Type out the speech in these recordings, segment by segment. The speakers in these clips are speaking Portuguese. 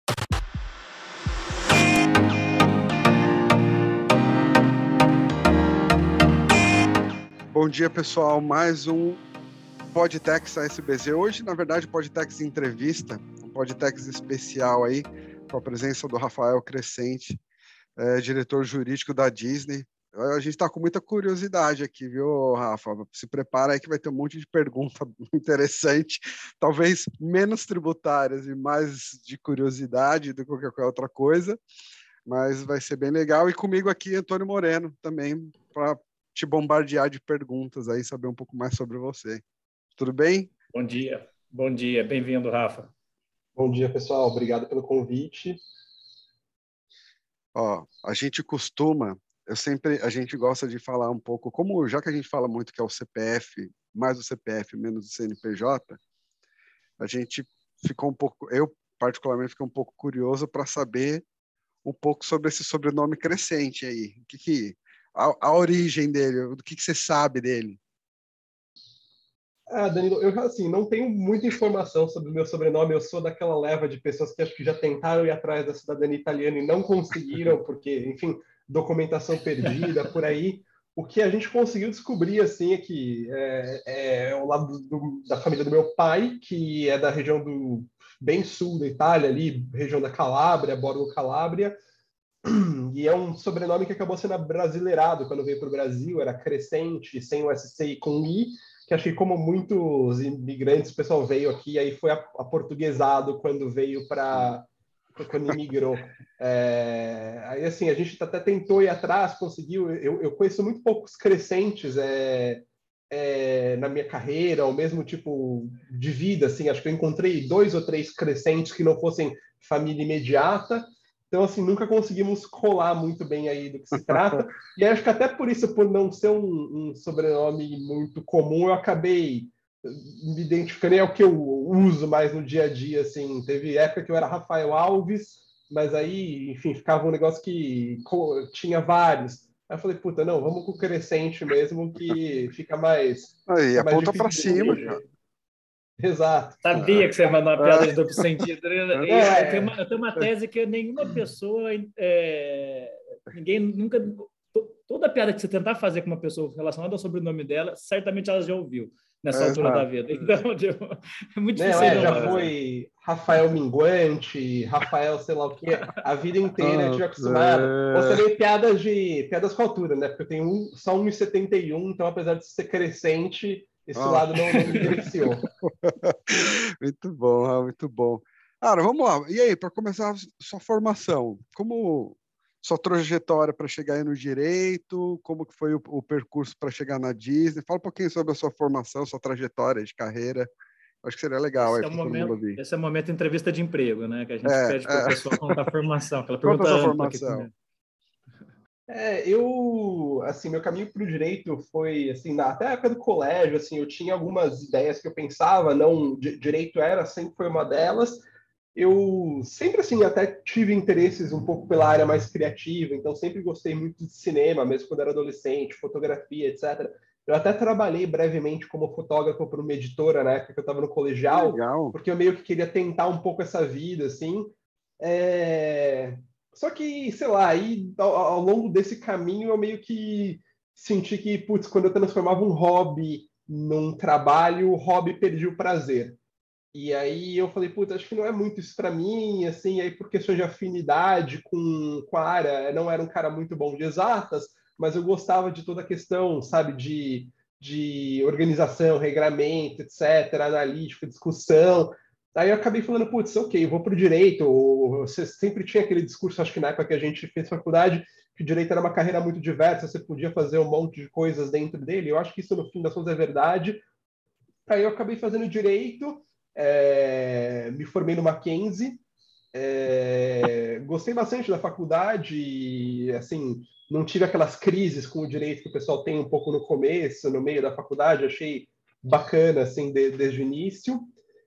Bom dia, pessoal. Mais um Podtex ASBZ. Hoje, na verdade, Podtex Entrevista, um Podtex especial aí, com a presença do Rafael Crescente, diretor jurídico da Disney. A gente está com muita curiosidade aqui, viu, Rafa? Se prepara aí que vai ter um monte de pergunta interessante, talvez menos tributárias e mais de curiosidade do que qualquer outra coisa, mas vai ser bem legal. E comigo aqui, Antônio Moreno, também, para te bombardear de perguntas aí, saber um pouco mais sobre você. Tudo bem? Bom dia. Bem-vindo, Rafa. Bom dia, pessoal. Obrigado pelo convite. A gente gosta de falar um pouco, já que a gente fala muito que é o CPF, mais o CPF, menos o CNPJ, a gente ficou eu particularmente fiquei um pouco curioso para saber um pouco sobre esse sobrenome Crescente aí. A origem dele, do que você sabe dele? Danilo, eu assim, não tenho muita informação sobre o meu sobrenome. Eu sou daquela leva de pessoas que acho que já tentaram ir atrás da cidadania italiana e não conseguiram, porque, enfim, documentação perdida por aí. O que a gente conseguiu descobrir assim é que é o lado da família do meu pai, que é da região do bem sul da Itália, ali, região da Calábria, Borgo Calábria. E é um sobrenome que acabou sendo abrasileirado quando veio para o Brasil, era Crescente, sem o SC e com I, que acho que como muitos imigrantes, o pessoal veio aqui, aí foi aportuguesado quando veio quando imigrou. Aí assim, a gente até tentou ir atrás, conseguiu, eu conheço muito poucos Crescentes na minha carreira, ou mesmo tipo de vida, assim, acho que eu encontrei 2 ou 3 Crescentes que não fossem família imediata. Então, assim, nunca conseguimos colar muito bem aí do que se trata. E acho que até por isso, por não ser um sobrenome muito comum, eu acabei me identificando, é o que eu uso mais no dia a dia, assim. Teve época que eu era Rafael Alves, mas aí, enfim, ficava um negócio que tinha vários. Aí eu falei, puta, não, vamos com o Crescente mesmo, que fica mais aponta para difícil cima, de cara. Exato. Sabia que você ia mandar uma piada de duplo sentido. Eu tenho uma tese que nenhuma pessoa, ninguém nunca... Toda piada que você tentar fazer com uma pessoa relacionada ao sobrenome dela, certamente ela já ouviu nessa altura da vida. Então, é muito difícil. Já foi Rafael Minguante, Rafael sei lá o quê, a vida inteira eu tive acostumado. Ou também piadas com altura, né? Porque eu tenho só 1,71, então apesar de ser crescente, esse lado não me beneficiou. Muito bom, muito bom. Cara, vamos lá. E aí, para começar sua formação, como sua trajetória para chegar aí no direito, como que foi o percurso para chegar na Disney? Fala um pouquinho sobre a sua formação, sua trajetória de carreira. Acho que seria legal aí para todo mundo ouvir. Esse é o momento de entrevista de emprego, né? Que a gente pede para o pessoal contar a formação. Aquela Conta pergunta a sua ampla formação. aqui. Assim, meu caminho para o direito foi, assim, até a época do colégio, assim, eu tinha algumas ideias que eu pensava, não, direito sempre foi uma delas. Eu sempre, assim, até tive interesses um pouco pela área mais criativa, então sempre gostei muito de cinema, mesmo quando era adolescente, fotografia, etc. Eu até trabalhei brevemente como fotógrafo para uma editora na época que eu estava no colegial, Legal. porque eu meio que queria tentar um pouco essa vida, assim. Só que, sei lá, aí ao longo desse caminho eu meio que senti que, putz, quando eu transformava um hobby num trabalho, o hobby perdia o prazer. E aí eu falei, putz, acho que não é muito isso para mim, assim, aí por questões de afinidade com a área, eu não era um cara muito bom de exatas, mas eu gostava de toda a questão, sabe, de organização, regramento, etc., analítica, discussão. Aí eu acabei falando, putz, ok, eu vou para o direito. Você sempre tinha aquele discurso, acho que na época que a gente fez faculdade, que o direito era uma carreira muito diversa, você podia fazer um monte de coisas dentro dele. Eu acho que isso, no fim das contas, é verdade. Aí eu acabei fazendo direito, me formei no Mackenzie, gostei bastante da faculdade, e, assim, não tive aquelas crises com o direito que o pessoal tem um pouco no começo, no meio da faculdade, achei bacana, assim, desde o início.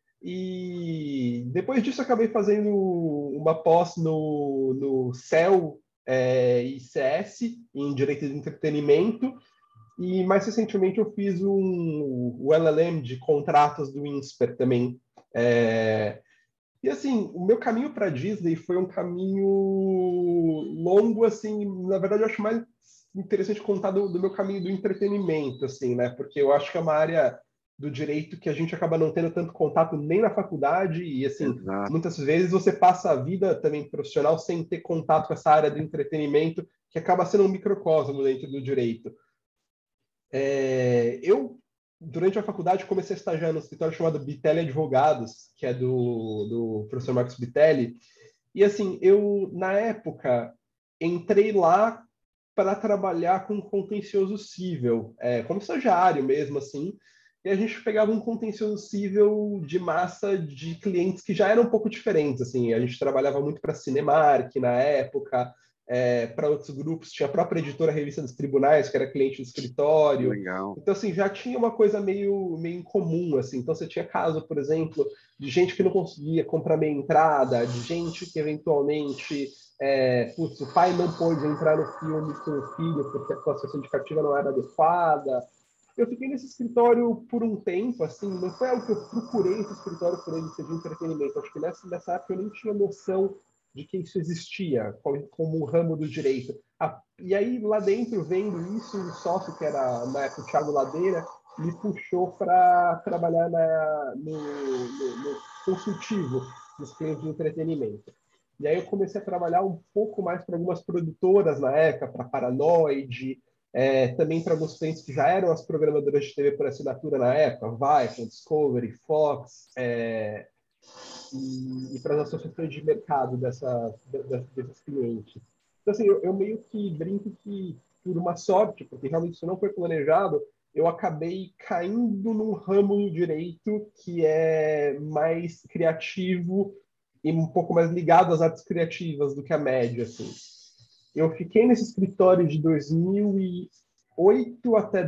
E depois disso acabei fazendo uma pós no CEL ICS, em Direito de Entretenimento, e mais recentemente eu fiz o LLM de contratos do INSPER também. E assim, o meu caminho para Disney foi um caminho longo, assim, na verdade eu acho mais interessante contar do meu caminho do entretenimento, assim, né? Porque eu acho que é uma área do direito que a gente acaba não tendo tanto contato nem na faculdade e, assim, Exato. muitas vezes você passa a vida também profissional sem ter contato com essa área do entretenimento, que acaba sendo um microcosmo dentro do direito. Eu, durante a faculdade, comecei a estagiar no escritório chamado Bitelli Advogados, que é do professor Marcos Bitelli. E, assim, eu, na época, entrei lá para trabalhar com contencioso cível, como estagiário mesmo, assim. E a gente pegava um contencioso cível de massa de clientes que já eram um pouco diferentes, assim. A gente trabalhava muito para a Cinemark na época, para outros grupos. Tinha a própria editora Revista dos Tribunais, que era cliente do escritório. Legal. Então, assim, já tinha uma coisa meio incomum, assim. Então, você tinha caso, por exemplo, de gente que não conseguia comprar meia entrada, de gente que eventualmente o pai não pôde entrar no filme com o filho porque a classificação indicativa não era adequada. Eu fiquei nesse escritório por um tempo, assim, não foi algo que eu procurei esse escritório por ele ser de entretenimento. Acho que nessa época eu nem tinha noção de que isso existia como um ramo do direito. E aí, lá dentro, vendo isso, o sócio, que era na época o Thiago Ladeira, me puxou para trabalhar no consultivo dos clientes de entretenimento. E aí eu comecei a trabalhar um pouco mais para algumas produtoras na época, para Paranoid, também para alguns clientes que já eram as programadoras de TV por assinatura na época, Viacom, Discovery, Fox, e para as associações de mercado desses clientes. Então, assim, eu meio que brinco que, por uma sorte, porque realmente isso não foi planejado, eu acabei caindo num ramo do direito que é mais criativo e um pouco mais ligado às artes criativas do que a média, assim. Eu fiquei nesse escritório de 2008 até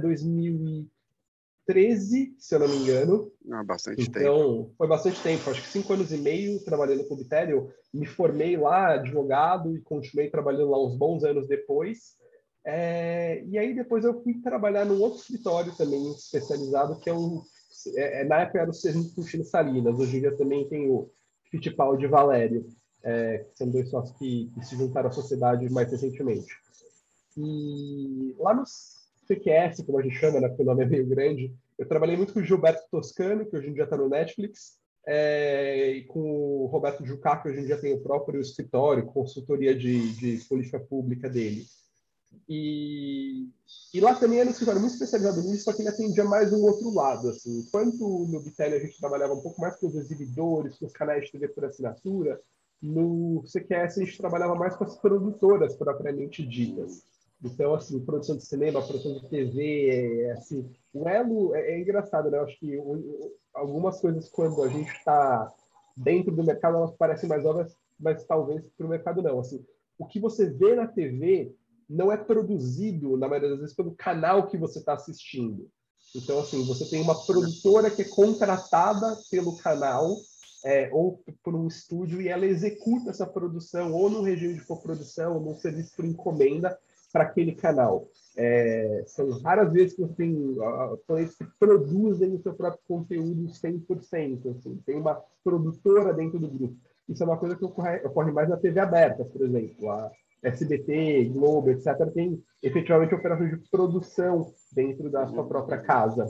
2013, se eu não me engano. Bastante tempo. Então, foi bastante tempo, acho que 5 anos e meio trabalhando com o Bitelli. Eu me formei lá, advogado, e continuei trabalhando lá uns bons anos depois. E aí depois eu fui trabalhar num outro escritório também especializado, que na época era o Serginho Puxino Salinas, hoje em dia também tem o Fittipaldi e Valério, que são dois sócios que se juntaram à sociedade mais recentemente. E lá no CQS, como a gente chama, né, porque o nome é meio grande, eu trabalhei muito com o Gilberto Toscano, que hoje em dia está no Netflix, e com o Roberto Jucá, que hoje em dia tem o próprio escritório, consultoria de política pública dele. E lá também era um escritório muito especializado nisso, só que ele atendia mais um outro lado. Assim. Enquanto no Bitelli a gente trabalhava um pouco mais com os exibidores, com os canais de TV por assinatura, no CQS a gente trabalhava mais com as produtoras propriamente ditas. Então, assim, produção de cinema, produção de TV, assim, o elo é engraçado, né? Eu acho que algumas coisas, quando a gente está dentro do mercado, elas parecem mais óbvias, mas talvez para o mercado não. Assim, o que você vê na TV não é produzido, na maioria das vezes, pelo canal que você está assistindo. Então, assim, você tem uma produtora que é contratada pelo canal ou por um estúdio e ela executa essa produção ou no regime de coprodução ou num serviço por encomenda para aquele canal. São raras vezes que você tem plays que produzem o seu próprio conteúdo 100%. Assim. Tem uma produtora dentro do grupo. Isso é uma coisa que ocorre mais na TV aberta, por exemplo. A SBT, Globo, etc., tem efetivamente operações de produção dentro da sua própria casa.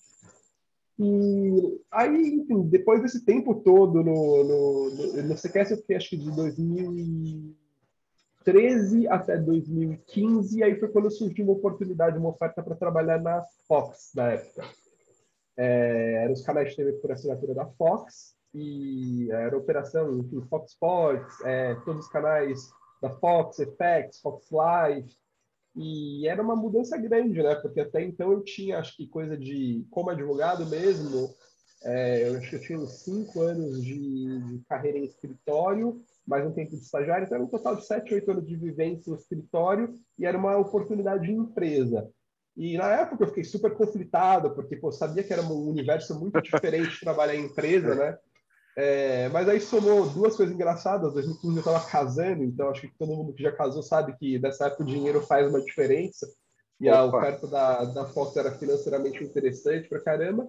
E aí, enfim, depois desse tempo todo no CQS, eu fiquei acho que de 2013 até 2015, aí foi quando surgiu uma oportunidade, uma oferta para trabalhar na Fox, na época. Eram os canais de TV por assinatura da Fox, e era operação, enfim, Fox Sports, todos os canais da Fox, FX, Fox Live, e era uma mudança grande, né? Porque até então eu tinha, acho que coisa de, como advogado mesmo, eu acho que eu tinha uns 5 anos de carreira em escritório, mais um tempo de estagiário, então era um total de 7, 8 anos de vivência no escritório, e era uma oportunidade de empresa. E na época eu fiquei super conflitado, porque pô, sabia que era um universo muito diferente de trabalhar em empresa, né? Mas aí somou duas coisas engraçadas. 2015 eu estava casando, então acho que todo mundo que já casou sabe que nessa época o dinheiro faz uma diferença. E a Opa. oferta da Fox era financeiramente interessante pra caramba.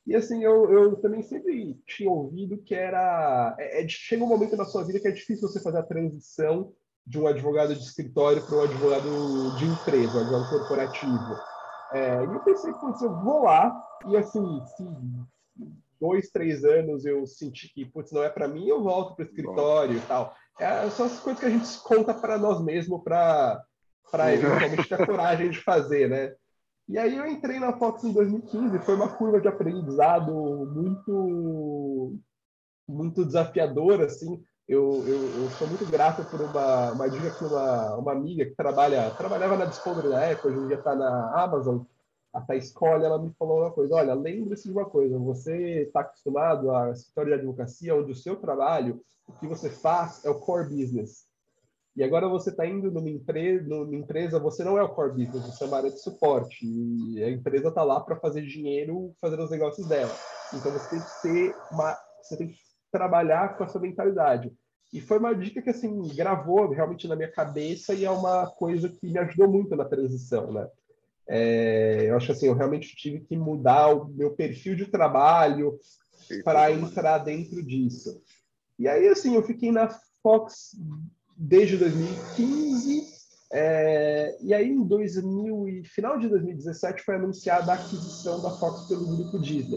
E assim, eu também sempre tinha ouvido que chega um momento na sua vida que é difícil você fazer a transição de um advogado de escritório para um advogado de empresa, um advogado corporativo. E eu pensei, putz, eu vou lá, e assim, se 2, 3 anos eu senti que, putz, não é para mim, eu volto para o escritório e tal. São as coisas que a gente conta para nós mesmos, para eventualmente ter a coragem de fazer, né? E aí eu entrei na Fox em 2015, foi uma curva de aprendizado muito, muito desafiadora, assim. Eu sou muito grato por uma dica que uma amiga que trabalhava na Discovery na época, hoje em dia está na Amazon, a Thaís Colli, ela me falou uma coisa, olha, lembre-se de uma coisa, você está acostumado a escritório de advocacia, onde o seu trabalho, o que você faz é o core business. E agora você está indo numa empresa, você não é o core business, você é uma área de suporte. E a empresa está lá para fazer dinheiro, fazer os negócios dela. Então você tem que trabalhar com essa mentalidade. E foi uma dica que assim gravou realmente na minha cabeça e é uma coisa que me ajudou muito na transição, né? Eu acho que assim, eu realmente tive que mudar o meu perfil de trabalho para entrar dentro disso. E aí, assim, eu fiquei na Fox desde 2015, e aí final de 2017 foi anunciada a aquisição da Fox pelo grupo Disney.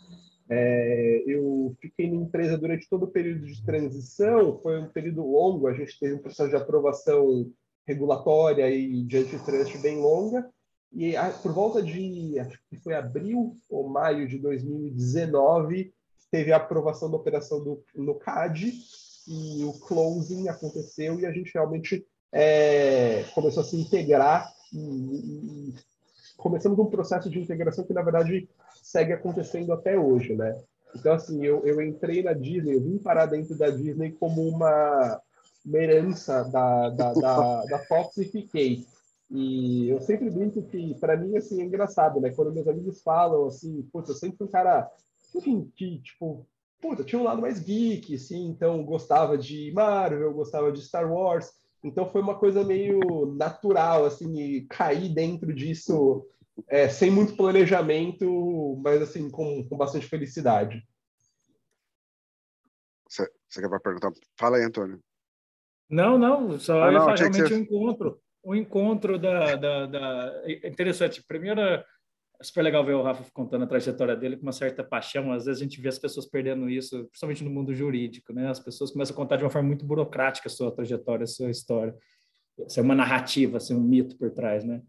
Eu fiquei na empresa durante todo o período de transição, foi um período longo, a gente teve um processo de aprovação regulatória e de antitrust bem longa, e por volta de, acho que foi abril ou maio de 2019, teve a aprovação da operação no CAD, e o closing aconteceu e a gente realmente começou a se integrar e começamos um processo de integração que, na verdade, segue acontecendo até hoje, né? Então, assim, eu entrei na Disney, eu vim parar dentro da Disney como uma herança da Fox e fiquei. E eu sempre brinco que, para mim, assim, é engraçado, né? Quando meus amigos falam, assim, putz, eu sempre fui um cara, enfim, que, tipo, puta, tinha um lado mais geek, assim, então gostava de Marvel, gostava de Star Wars, então foi uma coisa meio natural, assim, e cair dentro disso sem muito planejamento, mas assim, com bastante felicidade. Você quer perguntar? Fala aí, Antônio. Não, só ia Não, falar achei que realmente você... um encontro interessante. Primeiro, é super legal ver o Rafa contando a trajetória dele com uma certa paixão. Às vezes a gente vê as pessoas perdendo isso, principalmente no mundo jurídico, né? As pessoas começam a contar de uma forma muito burocrática a sua trajetória, a sua história. Isso é uma narrativa, assim, um mito por trás, né?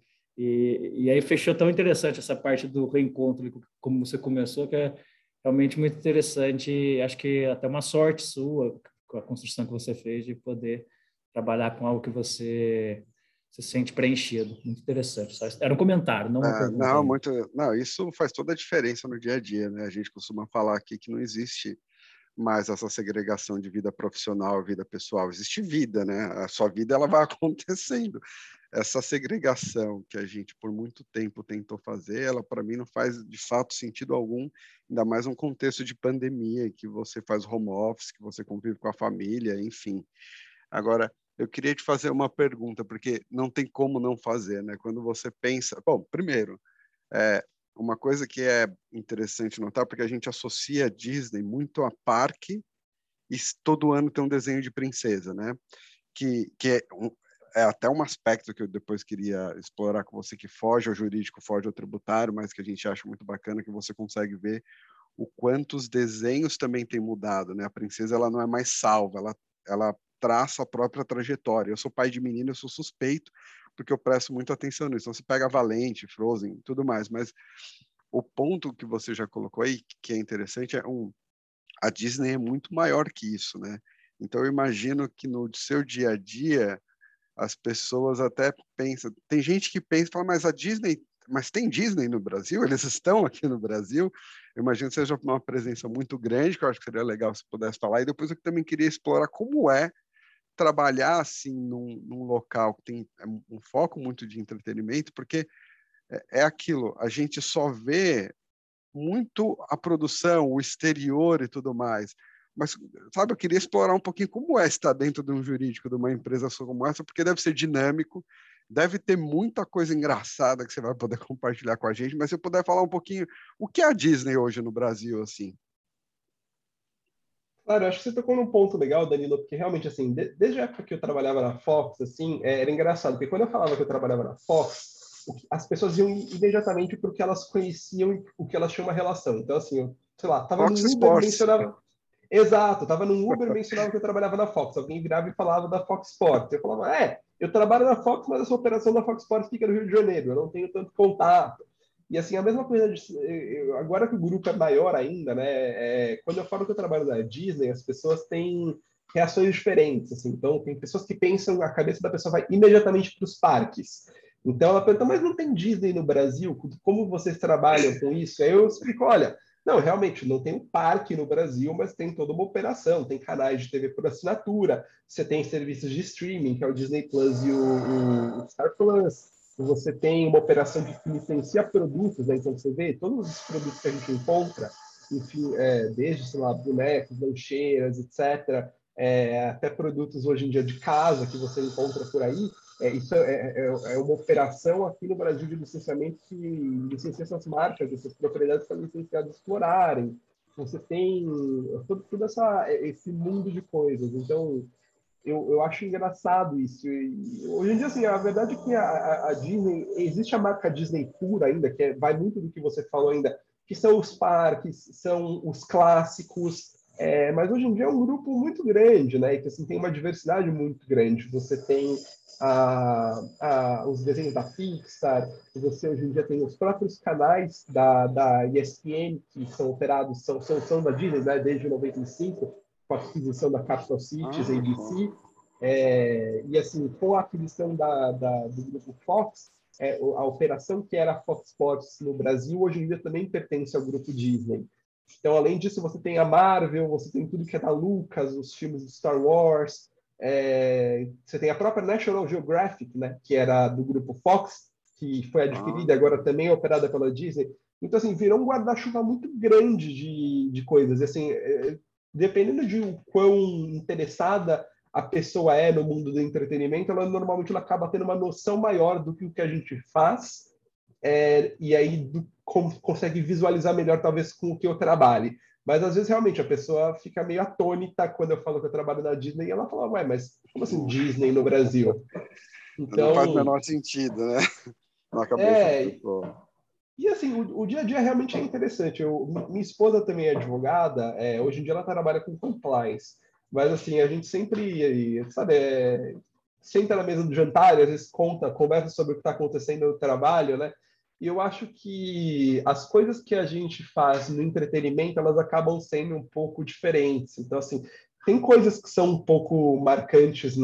E aí fechou tão interessante essa parte do reencontro, como você começou, que é realmente muito interessante. Acho que até uma sorte sua, com a construção que você fez, de poder trabalhar com algo que você se sente preenchido. Muito interessante. Era um comentário, não uma pergunta ainda. Não, isso faz toda a diferença no dia a dia, né? A gente costuma falar aqui que não existe mais essa segregação de vida profissional e vida pessoal. Existe vida, né? A sua vida ela vai acontecendo. Essa segregação que a gente por muito tempo tentou fazer, ela para mim não faz de fato sentido algum, ainda mais um contexto de pandemia, que você faz home office, que você convive com a família, enfim. Agora, eu queria te fazer uma pergunta, porque não tem como não fazer, né? Quando você pensa... Bom, primeiro, uma coisa que é interessante notar, porque a gente associa a Disney muito a parque e todo ano tem um desenho de princesa, né? Que é até um aspecto que eu depois queria explorar com você, que foge ao jurídico, foge ao tributário, mas que a gente acha muito bacana, que você consegue ver o quanto os desenhos também têm mudado, né? A princesa ela não é mais salva, ela traça a própria trajetória. Eu sou pai de menino, eu sou suspeito, porque eu presto muita atenção nisso. Então, você pega Valente, Frozen, tudo mais, mas o ponto que você já colocou aí, que é interessante, a Disney é muito maior que isso, né? Então, eu imagino que no seu dia a dia, as pessoas até pensam... Tem gente que pensa, fala, mas tem Disney no Brasil? Eles estão aqui no Brasil? Eu imagino que seja uma presença muito grande, que eu acho que seria legal se pudesse falar. E depois eu também queria explorar como é trabalhar assim num local que tem um foco muito de entretenimento, porque é aquilo, a gente só vê muito a produção, o exterior e tudo mais. Mas, sabe, eu queria explorar um pouquinho como é estar dentro de um jurídico de uma empresa como essa, porque deve ser dinâmico, deve ter muita coisa engraçada que você vai poder compartilhar com a gente, mas se eu puder falar um pouquinho, o que é a Disney hoje no Brasil, assim? Claro, eu acho que você tocou num ponto legal, Danilo, porque realmente, assim, desde a época que eu trabalhava na Fox, assim, era engraçado, porque quando eu falava que eu trabalhava na Fox, as pessoas iam imediatamente porque elas conheciam o que elas tinham uma relação. Então, assim, eu, sei lá, tava Fox num Uber, Sports. mencionava... Exato, tava num Uber, mencionava que eu trabalhava na Fox. Alguém virava e falava da Fox Sports. Eu falava, eu trabalho na Fox, mas essa operação da Fox Sports fica no Rio de Janeiro, eu não tenho tanto contato. E assim, a mesma coisa, agora que o grupo é maior ainda, né? Quando eu falo que eu trabalho na Disney, as pessoas têm reações diferentes. Assim, então, tem pessoas que pensam, a cabeça da pessoa vai imediatamente para os parques. Então, ela pergunta, mas não tem Disney no Brasil? Como vocês trabalham com isso? Aí eu explico, olha, não, realmente, não tem um parque no Brasil, mas tem toda uma operação, tem canais de TV por assinatura, você tem serviços de streaming, que é o Disney Plus e o Star Plus, você tem uma operação que licencia produtos, né? Então você vê todos os produtos que a gente encontra, enfim, desde, sei lá, bonecos, lancheiras, etc., até produtos hoje em dia de casa que você encontra por aí. Isso é uma operação aqui no Brasil de licenciamento que licencia essas marcas, essas propriedades para licenciados explorarem. Você tem todo esse mundo de coisas. Então, eu acho engraçado isso. E, hoje em dia, assim, a verdade é que a Disney, existe a marca Disney pura ainda, que vai muito do que você falou ainda, que são os parques, são os clássicos, mas hoje em dia é um grupo muito grande, né? E que assim, tem uma diversidade muito grande. Você tem os desenhos da Pixar, você hoje em dia tem os próprios canais da ESPN, que são operados, são da Disney, né? Desde 95, com a aquisição da Capital Cities, ABC, e assim, com a aquisição do grupo Fox, a operação que era a Fox Sports no Brasil, hoje em dia também pertence ao grupo Disney. Então, além disso, você tem a Marvel, você tem tudo que é da Lucas, os filmes de Star Wars, você tem a própria National Geographic, né, que era do grupo Fox, que foi adquirida agora também operada pela Disney. Então, assim, virou um guarda-chuva muito grande de coisas. E, assim, dependendo de o quão interessada a pessoa é no mundo do entretenimento, ela normalmente ela acaba tendo uma noção maior do que o que a gente faz, e aí consegue visualizar melhor, talvez, com o que eu trabalhe. Mas, às vezes, realmente, a pessoa fica meio atônita quando eu falo que eu trabalho na Disney, e ela fala, ué, mas como assim Disney no Brasil? Não faz o Então, menor sentido, né? Na cabeça da pessoa. e assim, o dia a dia realmente é interessante. Minha esposa também é advogada, hoje em dia ela trabalha com compliance, mas assim, a gente sempre, sabe, senta na mesa do jantar e às vezes conversa sobre o que está acontecendo no trabalho, né? E eu acho que as coisas que a gente faz no entretenimento, elas acabam sendo um pouco diferentes. Então, assim, tem coisas que são um pouco marcantes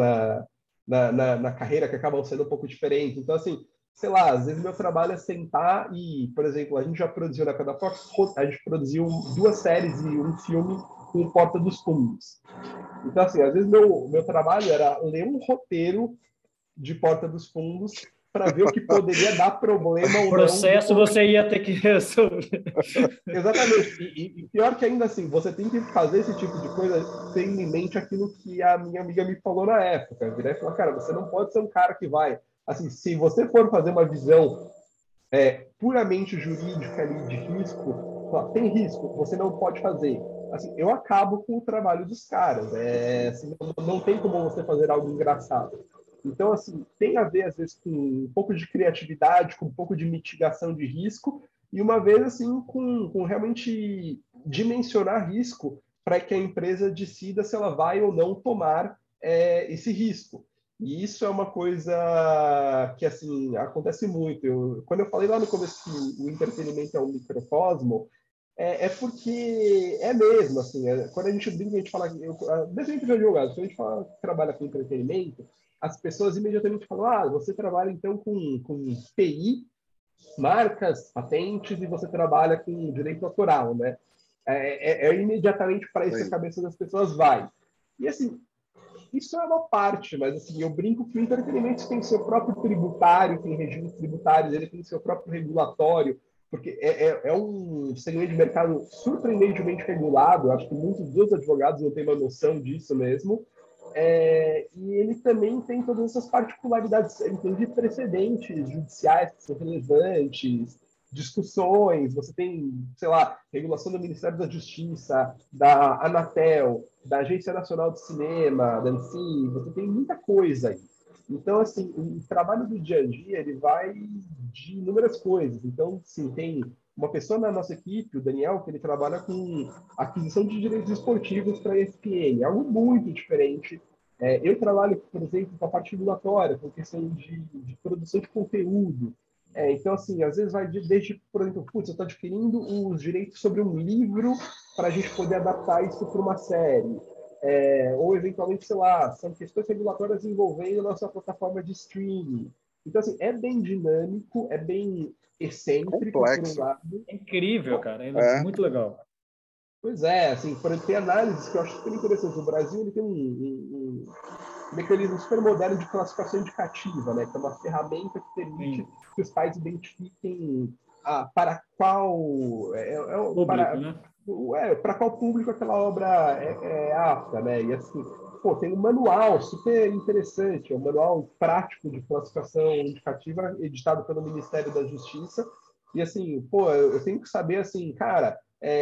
na carreira que acabam sendo um pouco diferentes. Então, assim, sei lá, às vezes meu trabalho é sentar e, por exemplo, a gente já produziu na Cada Fox, a gente produziu 2 séries e um filme com Porta dos Fundos. Então, assim, às vezes meu trabalho era ler um roteiro de Porta dos Fundos para ver o que poderia dar problema ou processo não. você ia ter que resolver. Exatamente. E pior que ainda assim, você tem que fazer esse tipo de coisa tendo em mente aquilo que a minha amiga me falou na época. Virar e falar, cara, você não pode ser um cara que vai... Assim, se você for fazer uma visão puramente jurídica ali de risco, tem risco, você não pode fazer. Assim, eu acabo com o trabalho dos caras. Assim, não tem como você fazer algo engraçado. Então, assim, tem a ver, às vezes, com um pouco de criatividade, com um pouco de mitigação de risco, e uma vez, assim, com realmente dimensionar risco para que a empresa decida se ela vai ou não tomar esse risco. E isso é uma coisa que, assim, acontece muito. Quando eu falei lá no começo que o entretenimento é um microcosmo, porque é mesmo, assim, quando a gente brinca, a gente fala, desde entre advogados, quando a gente fala que trabalha com entretenimento, as pessoas imediatamente falam, você trabalha então com TI, marcas, patentes, e você trabalha com direito autoral, né? Imediatamente para isso a cabeça das pessoas vai. E, assim, isso é uma parte, mas assim, eu brinco que o entretenimento tem seu próprio tributário, tem regimes tributários, ele tem seu próprio regulatório, porque é um segmento de mercado surpreendentemente regulado, acho que muitos dos advogados não têm uma noção disso mesmo, e ele também tem todas essas particularidades, inclusive precedentes judiciais que são relevantes, discussões, você tem, sei lá, regulação do Ministério da Justiça, da Anatel, da Agência Nacional de Cinema, da ANSI, você tem muita coisa aí. Então, assim, o trabalho do dia a dia, ele vai de inúmeras coisas. Então, sim, tem uma pessoa na nossa equipe, o Daniel, que ele trabalha com aquisição de direitos esportivos para a ESPN, algo muito diferente. Eu trabalho, por exemplo, com a parte regulatória, com questão de produção de conteúdo. Então, assim, às vezes vai desde, por exemplo, putz, eu estou adquirindo os direitos sobre um livro para a gente poder adaptar isso para uma série. Ou, eventualmente, sei lá, são questões regulatórias envolvendo a nossa plataforma de streaming. Então, assim, é bem dinâmico, é bem excêntrico, complexo. por um lado. É incrível, cara. É muito legal. Pois é, assim, por exemplo, tem análises que eu acho super interessantes. O Brasil ele tem um mecanismo super moderno de classificação indicativa, né? Que é uma ferramenta que permite que os pais identifiquem para qual público, né? Para qual público aquela obra é apta, né? E assim, tem um manual super interessante, um manual prático de classificação indicativa editado pelo Ministério da Justiça. E assim, eu tenho que saber assim, cara,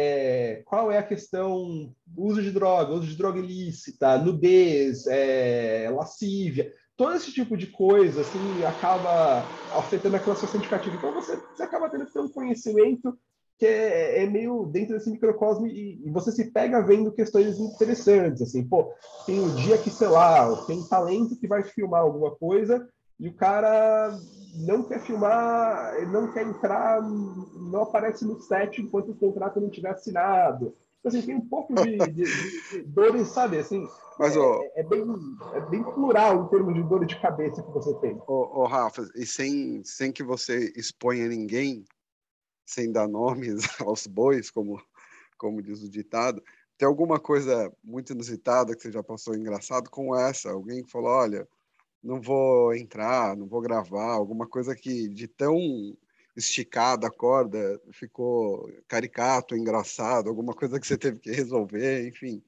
qual é a questão do uso de droga ilícita, nudez, lascívia, todo esse tipo de coisa assim acaba afetando a classificação indicativa. Então você acaba tendo que ter um conhecimento que é meio dentro desse microcosmo e você se pega vendo questões interessantes, assim, tem um dia que, sei lá, tem um talento que vai filmar alguma coisa e o cara não quer filmar, não quer entrar, não aparece no set enquanto o contrato não tiver assinado. Então, assim, tem um pouco de dores, sabe, assim, Mas, é bem plural em termos de dor de cabeça que você tem. Rafa, e sem que você exponha ninguém, sem dar nomes aos bois, como diz o ditado, tem alguma coisa muito inusitada que você já passou engraçado com essa? Alguém que falou, olha, não vou entrar, não vou gravar, alguma coisa que de tão esticada a corda ficou caricato, engraçado, alguma coisa que você teve que resolver, enfim.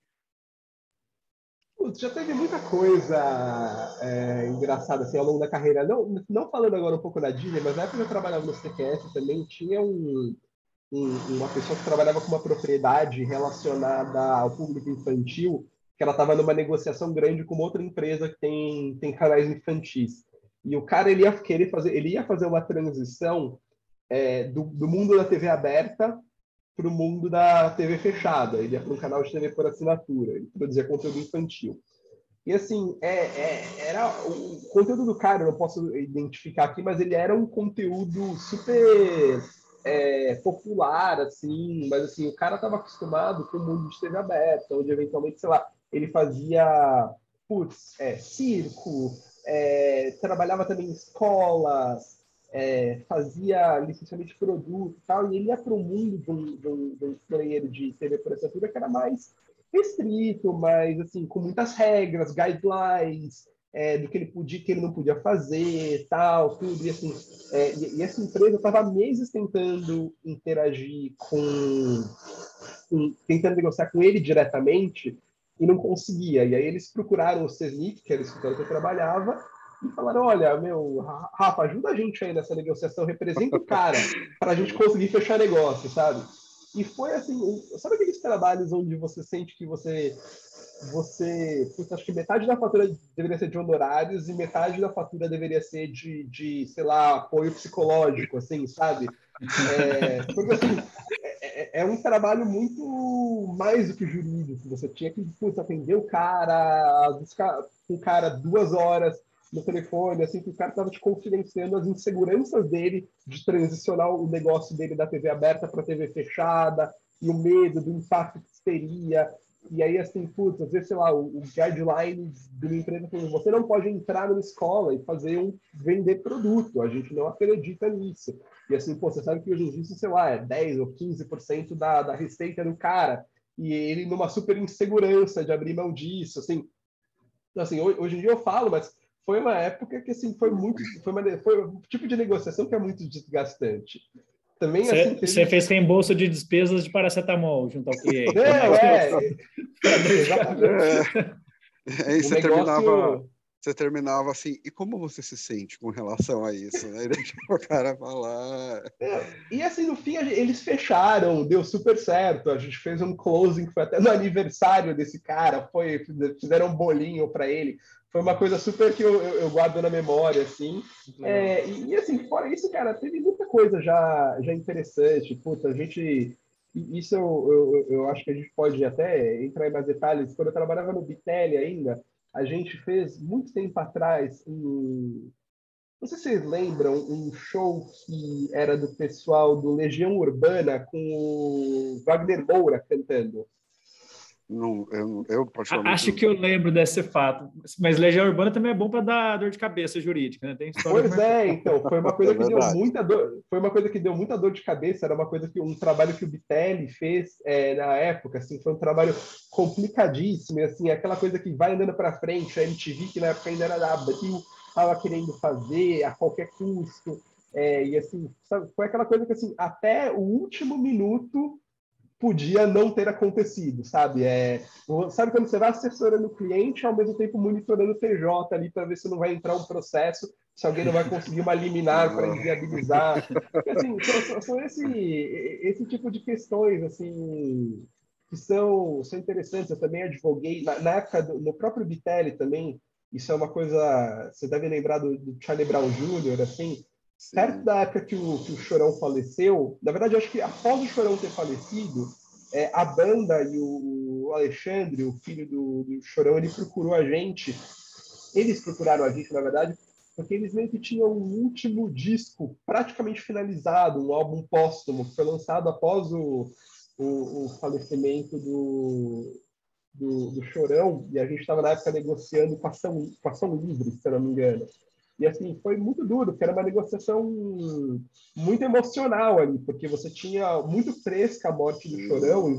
Já teve muita coisa engraçada assim, ao longo da carreira. Não falando agora um pouco da Disney, mas na época que eu trabalhava no CQS também tinha uma pessoa que trabalhava com uma propriedade relacionada ao público infantil, que ela estava numa negociação grande com outra empresa que tem canais infantis. E o cara ele ia fazer uma transição do mundo da TV aberta para o mundo da TV fechada. Ele ia para um canal de TV por assinatura. Ele produzia conteúdo infantil. E assim, era o conteúdo do cara, eu não posso identificar aqui, mas ele era um conteúdo super popular, assim, mas assim, o cara estava acostumado com o mundo de TV aberta, onde eventualmente, sei lá, ele fazia circo, trabalhava também em escolas, fazia licenciamento de produto e tal, e ele ia para o mundo de um player de TV por assinatura que era mais restrito, mas assim, com muitas regras, guidelines, do que ele podia, que ele não podia fazer, tal, tudo. E assim, e essa empresa estava há meses tentando interagir tentando negociar com ele diretamente e não conseguia. E aí eles procuraram o CESNIC, que era o escritório que eu trabalhava, e falaram, olha, Rafa, ajuda a gente aí nessa negociação, representa o cara para a gente conseguir fechar negócio, sabe? E foi assim, sabe aqueles trabalhos onde você sente que você acho que metade da fatura deveria ser de honorários e metade da fatura deveria ser de sei lá, apoio psicológico, assim, sabe? Porque assim, é um trabalho muito mais do que jurídico. Você tinha que atender o cara, buscar o cara 2 horas no telefone, assim, que o cara estava te confidenciando as inseguranças dele de transicionar o negócio dele da TV aberta para TV fechada, e o medo do impacto que teria. E aí, assim, às vezes, sei lá, o guideline de uma empresa falando, você não pode entrar numa escola e vender produto, a gente não acredita nisso. E assim, você sabe que hoje em dia, sei lá, 10 ou 15% da receita do cara, e ele numa super insegurança de abrir mão disso, assim. Então, assim, hoje em dia eu falo, mas foi uma época que, assim, foi um tipo de negociação que é muito desgastante. Também, Você fez reembolso de despesas de paracetamol junto ao cliente. Exatamente. Aí você terminava você terminava assim, e como você se sente com relação a isso? Aí deixa o cara falar. E assim, no fim, eles fecharam, deu super certo. A gente fez um closing, que foi até no aniversário desse cara, fizeram um bolinho para ele. Foi uma coisa super que eu guardo na memória, assim. E assim, fora isso, cara, teve muita coisa já interessante. Puta, a gente... Isso eu acho que a gente pode até entrar em mais detalhes. Quando eu trabalhava no Bitelli ainda, a gente fez muito tempo atrás não sei se vocês lembram um show que era do pessoal do Legião Urbana com o Wagner Moura cantando. Não, eu particularmente Acho que eu lembro desse fato. Mas Legião Urbana também é bom para dar dor de cabeça jurídica, né? Tem história. Pois é, então, foi uma coisa é que deu verdade. muita dor, foi uma coisa que deu muita dor de cabeça, era uma coisa que um trabalho que o Bitelli fez na época, assim, foi um trabalho complicadíssimo, assim, aquela coisa que vai andando para frente, a MTV que na época ainda era da Abril, estava querendo fazer a qualquer custo, e assim, sabe, foi aquela coisa que assim, até o último minuto podia não ter acontecido, sabe? Sabe quando você vai assessorando o cliente ao mesmo tempo monitorando o TJ ali para ver se não vai entrar um processo, se alguém não vai conseguir uma liminar para inviabilizar. Assim, são esse tipo de questões assim que são interessantes. Eu também advoguei na época no próprio Bitelli também. Isso é uma coisa, você deve lembrar do Charlie Brown Jr., assim, perto da época que o Chorão faleceu, na verdade, eu acho que após o Chorão ter falecido, a banda e o Alexandre, o filho do Chorão, eles procuraram a gente, na verdade, porque eles meio que tinham um último disco praticamente finalizado, um álbum póstumo, que foi lançado após o falecimento do Chorão, e a gente estava na época negociando com a Ação Livre, se eu não me engano. E assim, foi muito duro, porque era uma negociação muito emocional ali, porque você tinha muito fresca a morte do Chorão, e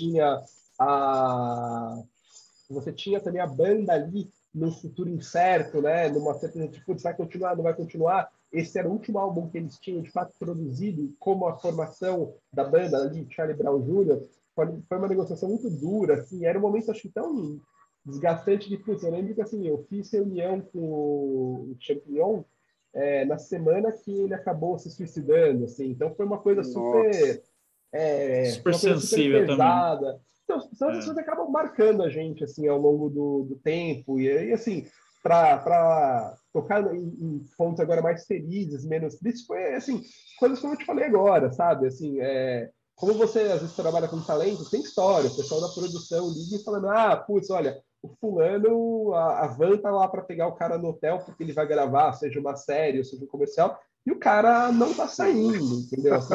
você tinha também a banda ali num futuro incerto, né? Numa certeza de, putz, vai continuar, não vai continuar. Esse era o último álbum que eles tinham, de fato, produzido, como a formação da banda ali, Charlie Brown Jr., foi uma negociação muito dura, assim, era um momento, acho que, tão desgastante de putz, eu lembro que, assim, eu fiz reunião com o Champignon na semana que ele acabou se suicidando, assim, então foi uma coisa super... Super uma coisa super sensível também. pesada. Então, são as pessoas que acabam marcando a gente assim ao longo do tempo e assim para tocar em pontos agora mais felizes, menos tristes, foi assim coisas como eu te falei agora, sabe? Assim, como você às vezes trabalha com talento, tem história. O pessoal da produção liga e falando, putz, olha, o fulano, a van tá lá para pegar o cara no hotel porque ele vai gravar, seja uma série ou seja um comercial. E o cara não tá saindo, entendeu? Assim,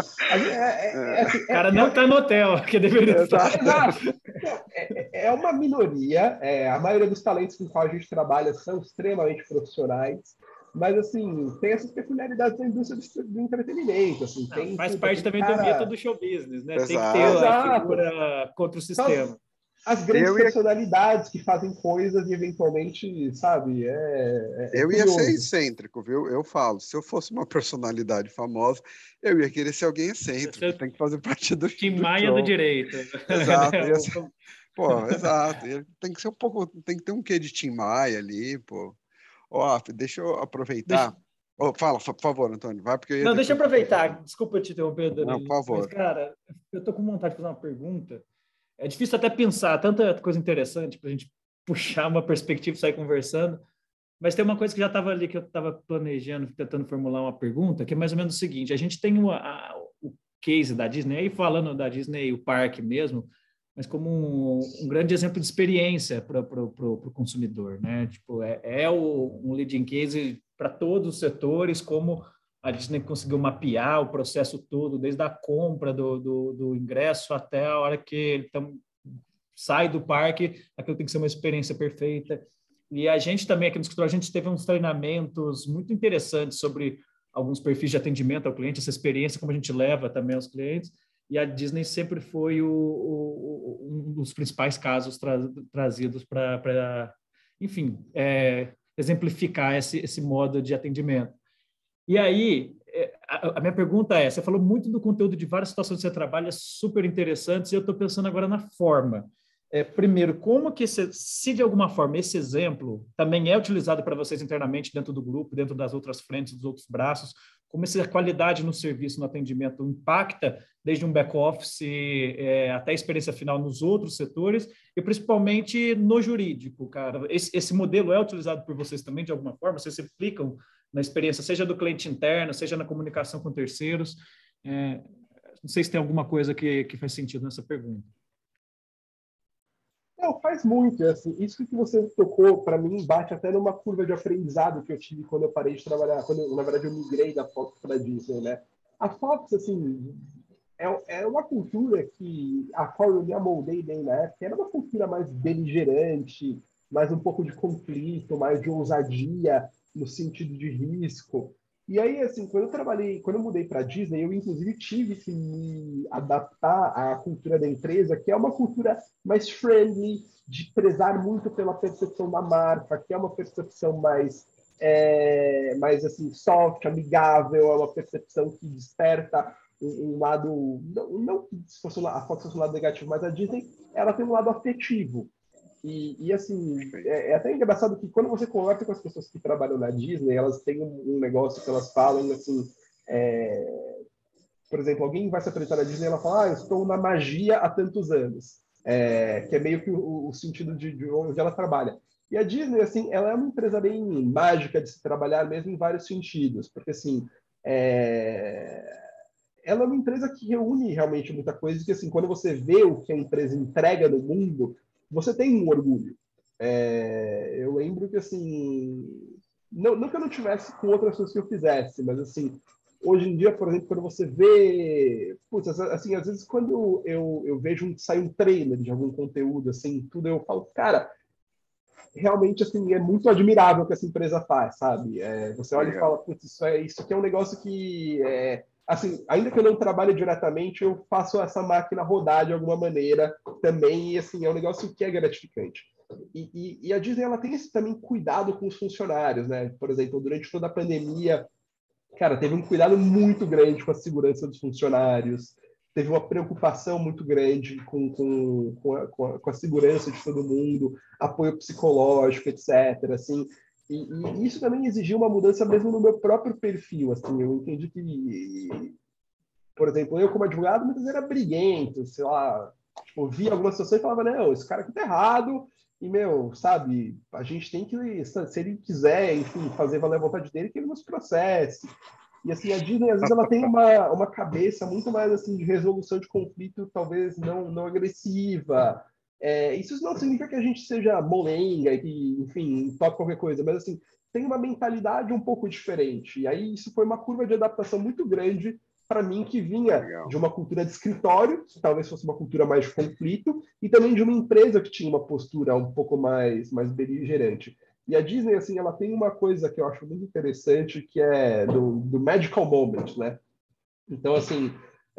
O cara não tá no hotel, que deveria estar. Exato. É uma minoria. A maioria dos talentos com qual a gente trabalha são extremamente profissionais. Mas, assim, tem essas peculiaridades da indústria do entretenimento. Assim, Faz parte também do mito do show business, né? Exato. Tem que ter a figura contra o sistema. As grandes personalidades que fazem coisas e, eventualmente, sabe, eu ia ser excêntrico, viu? Eu falo, se eu fosse uma personalidade famosa, eu ia querer ser alguém excêntrico, tem que fazer parte do Tim Maia do direito. Exato. Pô, exato. Tem que ser um pouco, tem que ter um quê de Tim Maia ali, pô. Ó, deixa eu aproveitar. Fala, por favor, Antônio, vai porque Não, deixa eu aproveitar. Desculpa te interromper, Danilo. Não, por favor. Mas, cara, eu tô com vontade de fazer uma pergunta. É difícil até pensar, tanta coisa interessante para a gente puxar uma perspectiva e sair conversando. Mas tem uma coisa que já estava ali, que eu estava planejando, tentando formular uma pergunta, que é mais ou menos o seguinte: a gente tem o case da Disney, aí falando da Disney, o parque mesmo, mas como um grande exemplo de experiência para o consumidor, né? Tipo, um leading case para todos os setores, como a Disney conseguiu mapear o processo todo, desde a compra do ingresso até a hora que ele sai do parque, aquilo tem que ser uma experiência perfeita. E a gente também, aqui no escritório, a gente teve uns treinamentos muito interessantes sobre alguns perfis de atendimento ao cliente, essa experiência, como a gente leva também aos clientes. E a Disney sempre foi um dos principais casos trazidos para, enfim, exemplificar esse modo de atendimento. E aí, a minha pergunta você falou muito do conteúdo de várias situações que você trabalha, super interessantes, e eu estou pensando agora na forma. primeiro, como que, se de alguma forma esse exemplo também é utilizado para vocês internamente dentro do grupo, dentro das outras frentes, dos outros braços, como essa qualidade no serviço, no atendimento impacta desde um back-office até a experiência final nos outros setores e principalmente no jurídico, cara. Esse modelo é utilizado por vocês também de alguma forma? Vocês se aplicam na experiência, seja do cliente interno, seja na comunicação com terceiros? Não sei se tem alguma coisa que faz sentido nessa pergunta. Não, faz muito. Assim, isso que você tocou, para mim, bate até numa curva de aprendizado que eu tive quando eu parei de trabalhar, quando, na verdade, eu migrei da Fox para a Disney, né? A Fox, assim, é uma cultura que a qual eu me amoldei bem na época, era uma cultura mais beligerante, mais um pouco de conflito, mais de ousadia no sentido de risco. E aí, assim, quando eu mudei para a Disney, eu inclusive tive que me adaptar à cultura da empresa, que é uma cultura mais friendly, de prezar muito pela percepção da marca, que é uma percepção mais assim, soft, amigável, é uma percepção que desperta um lado, não que se fosse a Fox fosse um lado negativo, mas a Disney, ela tem um lado afetivo. E assim, é até engraçado que quando você conversa com as pessoas que trabalham na Disney, elas têm um negócio que elas falam assim, por exemplo, alguém vai se apresentar na Disney e ela fala, eu estou na magia há tantos anos, que é meio que o sentido de onde ela trabalha. E a Disney, assim, ela é uma empresa bem mágica de se trabalhar mesmo em vários sentidos, porque assim, ela é uma empresa que reúne realmente muita coisa, que assim, quando você vê o que a empresa entrega no mundo, você tem um orgulho. Eu lembro que, assim, não que eu não tivesse com outras coisas que eu fizesse, mas, assim, hoje em dia, por exemplo, quando você vê... Putz, assim, às vezes quando eu vejo sai um trailer de algum conteúdo, assim, tudo, eu falo, cara, realmente, assim, é muito admirável o que essa empresa faz, sabe? Você olha e fala, putz, isso aqui é um negócio que... assim, ainda que eu não trabalhe diretamente, eu faço essa máquina rodar de alguma maneira também, e assim, é um negócio que é gratificante. E a Disney, ela tem esse também cuidado com os funcionários, né? Por exemplo, durante toda a pandemia, cara, teve um cuidado muito grande com a segurança dos funcionários, teve uma preocupação muito grande com a segurança de todo mundo, apoio psicológico, etc. Assim, e isso também exigiu uma mudança mesmo no meu próprio perfil. Assim, eu entendi que, por exemplo, eu como advogado muitas vezes era briguento, sei lá, tipo, via alguma situação e falava, não, esse cara aqui tá errado, e, meu, sabe, a gente tem que, se ele quiser, enfim, fazer valer a vontade dele, que ele nos processe. E, assim, a Disney, às vezes, ela tem uma cabeça muito mais, assim, de resolução de conflito, talvez não agressiva. Isso não significa que a gente seja molenga e que, enfim, toque qualquer coisa, mas, assim, tem uma mentalidade um pouco diferente. E aí isso foi uma curva de adaptação muito grande para mim, que vinha de uma cultura de escritório, que talvez fosse uma cultura mais de conflito, e também de uma empresa que tinha uma postura um pouco mais beligerante. E a Disney, assim, ela tem uma coisa que eu acho muito interessante, que é do magical moment, né? Então, assim,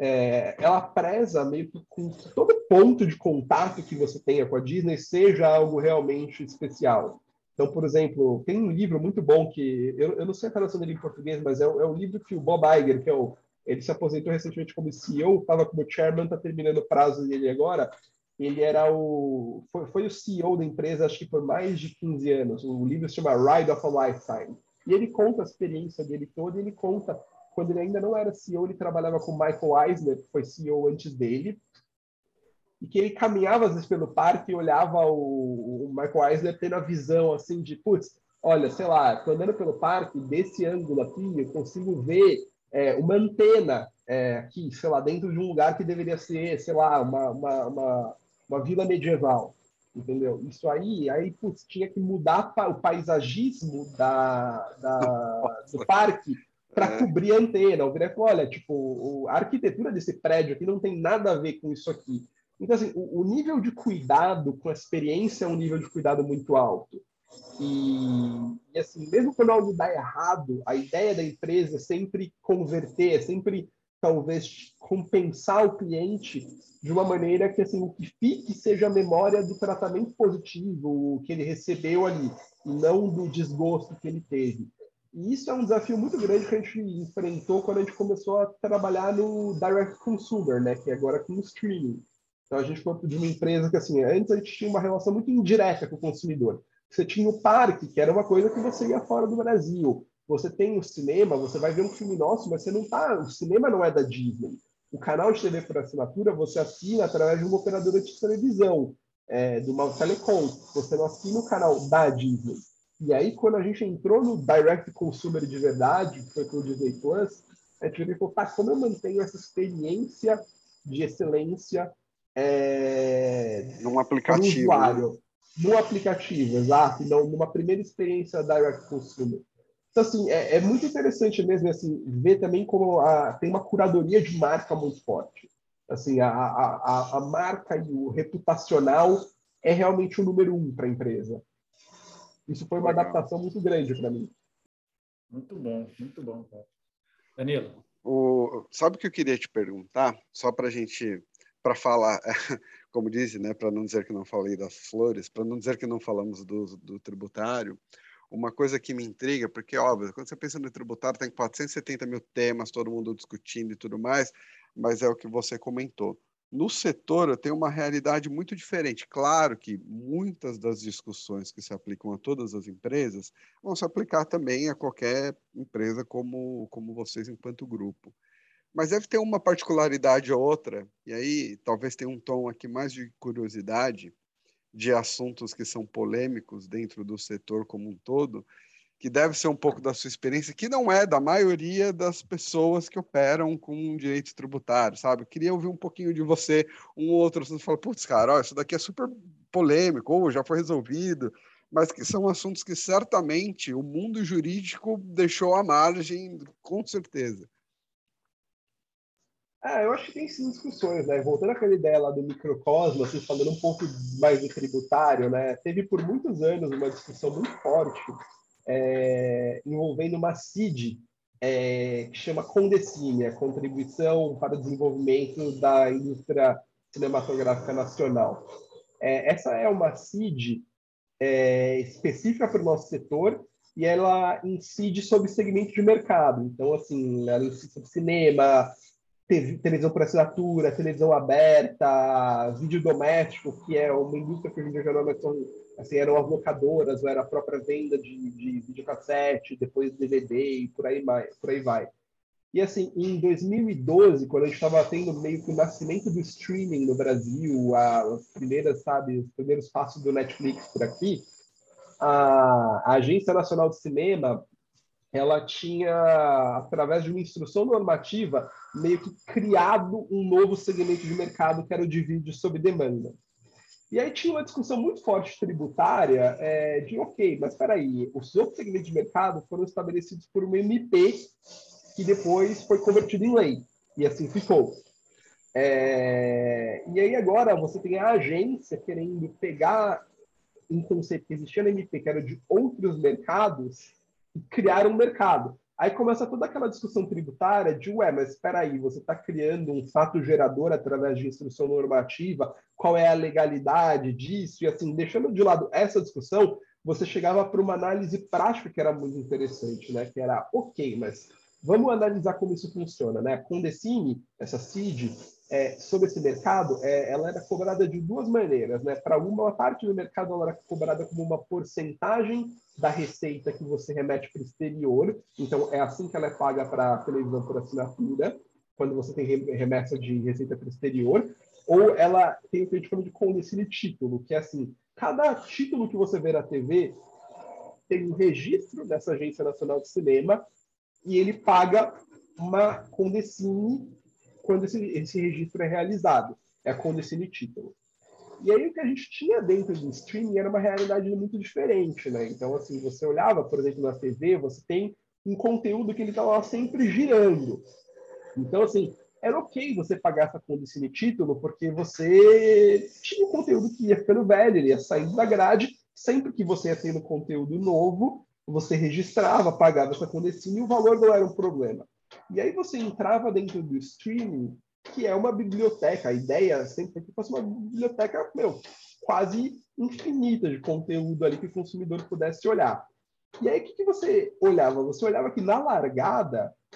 ela preza meio que com todo ponto de contato que você tenha com a Disney seja algo realmente especial. Então, por exemplo, tem um livro muito bom que eu não sei a tradução dele em português, mas é um livro que o Bob Iger, que ele se aposentou recentemente como CEO, estava como chairman, está terminando o prazo dele agora. Ele foi o CEO da empresa, acho que por mais de 15 anos. O livro se chama Ride of a Lifetime. E ele conta a experiência dele toda, e ele conta, quando ele ainda não era CEO, ele trabalhava com o Michael Eisner, que foi CEO antes dele, e que ele caminhava às vezes pelo parque e olhava o Michael Eisner tendo a visão assim de, putz, olha, sei lá, tô andando pelo parque, desse ângulo aqui, eu consigo ver uma antena aqui, sei lá, dentro de um lugar que deveria ser, sei lá, uma vila medieval, entendeu? Isso aí putz, tinha que mudar o paisagismo do parque para cobrir a antena. O Guilherme falou, olha, tipo, a arquitetura desse prédio aqui não tem nada a ver com isso aqui. Então, assim, o nível de cuidado com a experiência é um nível de cuidado muito alto. E assim, mesmo quando algo dá errado, a ideia da empresa é sempre converter, é sempre, talvez, compensar o cliente de uma maneira que, assim, o que fique seja a memória do tratamento positivo que ele recebeu ali, e não do desgosto que ele teve. E isso é um desafio muito grande que a gente enfrentou quando a gente começou a trabalhar no Direct Consumer, né, que é agora com o streaming. Então, a gente foi de uma empresa que, assim, antes a gente tinha uma relação muito indireta com o consumidor. Você tinha o parque, que era uma coisa que você ia fora do Brasil. Você tem o cinema, você vai ver um filme nosso, mas você não tá... O cinema não é da Disney. O canal de TV por assinatura, você assina através de uma operadora de televisão, de uma telecom. Você não assina o canal da Disney. E aí, quando a gente entrou no Direct Consumer de verdade, que foi com o Disney Plus, a gente falou, tá, como eu mantenho essa experiência de excelência Num para o aplicativo, né? usuário, no aplicativo, exato, e não numa primeira experiência Direct Consumer. Então, assim, é muito interessante mesmo assim, ver também como tem uma curadoria de marca muito forte. Assim, a marca e o reputacional é realmente o número 1 para a empresa. Isso foi uma Legal. adaptação muito grande para mim. Muito bom, cara. Danilo. Sabe o que eu queria te perguntar? Só para a gente, para falar, como disse, né, para não dizer que não falei das flores, para não dizer que não falamos do tributário, uma coisa que me intriga, porque, óbvio, quando você pensa no tributário, tem 470 mil temas, todo mundo discutindo e tudo mais, mas é o que você comentou. No setor, eu tenho uma realidade muito diferente. Claro que muitas das discussões que se aplicam a todas as empresas vão se aplicar também a qualquer empresa como vocês enquanto grupo. Mas deve ter uma particularidade ou outra, e aí talvez tenha um tom aqui mais de curiosidade, de assuntos que são polêmicos dentro do setor como um todo, que deve ser um pouco da sua experiência, que não é da maioria das pessoas que operam com direito tributário, sabe? Eu queria ouvir um pouquinho de você, um ou outro assunto, fala, putz, cara, ó, isso daqui é super polêmico, ou já foi resolvido, mas que são assuntos que certamente o mundo jurídico deixou à margem, com certeza. Eu acho que tem sim discussões, né? Voltando àquela ideia lá do microcosmo, assim, falando um pouco mais do tributário, né? Teve por muitos anos uma discussão muito forte envolvendo uma CID, que chama Condecine, a Contribuição para o Desenvolvimento da Indústria Cinematográfica Nacional. Essa é uma CID específica para o nosso setor e ela incide sobre segmento de mercado. Então, assim, ela incide sobre cinema, televisão por assinatura, televisão aberta, vídeo doméstico, que é uma indústria que hoje em dia já não é mais tão, assim, eram as locadoras, ou era a própria venda de videocassete, depois DVD e por aí vai. E assim, em 2012, quando a gente estava tendo meio que o nascimento do streaming no Brasil, as primeiras, sabe, os primeiros passos do Netflix por aqui, a Agência Nacional de Cinema ela tinha, através de uma instrução normativa, meio que criado um novo segmento de mercado, que era o de vídeo sob demanda. E aí tinha uma discussão muito forte tributária de, ok, mas espera aí, os outros segmentos de mercado foram estabelecidos por uma MP que depois foi convertido em lei, e assim ficou. E aí agora você tem a agência querendo pegar um conceito que existia na MP, que era de outros mercados, e criar um mercado. Aí começa toda aquela discussão tributária de, mas espera aí, você está criando um fato gerador através de instrução normativa, qual é a legalidade disso? E assim, deixando de lado essa discussão, você chegava para uma análise prática que era muito interessante, né? Que era, ok, mas vamos analisar como isso funciona, né? A Condecine, essa CID, sobre esse mercado, ela era cobrada de duas maneiras, né? Para uma parte do mercado, ela era cobrada como uma porcentagem da receita que você remete para o exterior. Então, é assim que ela é paga para a televisão por assinatura, quando você tem remessa de receita para o exterior. Ou ela tem o que a gente chama de Condecine título, que é assim, cada título que você vê na TV tem um registro dessa Agência Nacional de Cinema e ele paga uma Condecine quando esse registro é realizado. É a Condecine título. E aí o que a gente tinha dentro do streaming era uma realidade muito diferente, né? Então, assim, você olhava, por exemplo, na TV, você tem um conteúdo que ele está lá sempre girando. Então, assim, era ok você pagar essa Condecine título, porque você tinha um conteúdo que ia ficando velho, ele ia saindo da grade. Sempre que você ia tendo conteúdo novo, você registrava, pagava essa Condecine e o valor não era um problema. E aí você entrava dentro do streaming, que é uma biblioteca. A ideia sempre foi que fosse uma biblioteca, quase infinita de conteúdo ali que o consumidor pudesse olhar. E aí, o que você olhava? Você olhava que, na largada,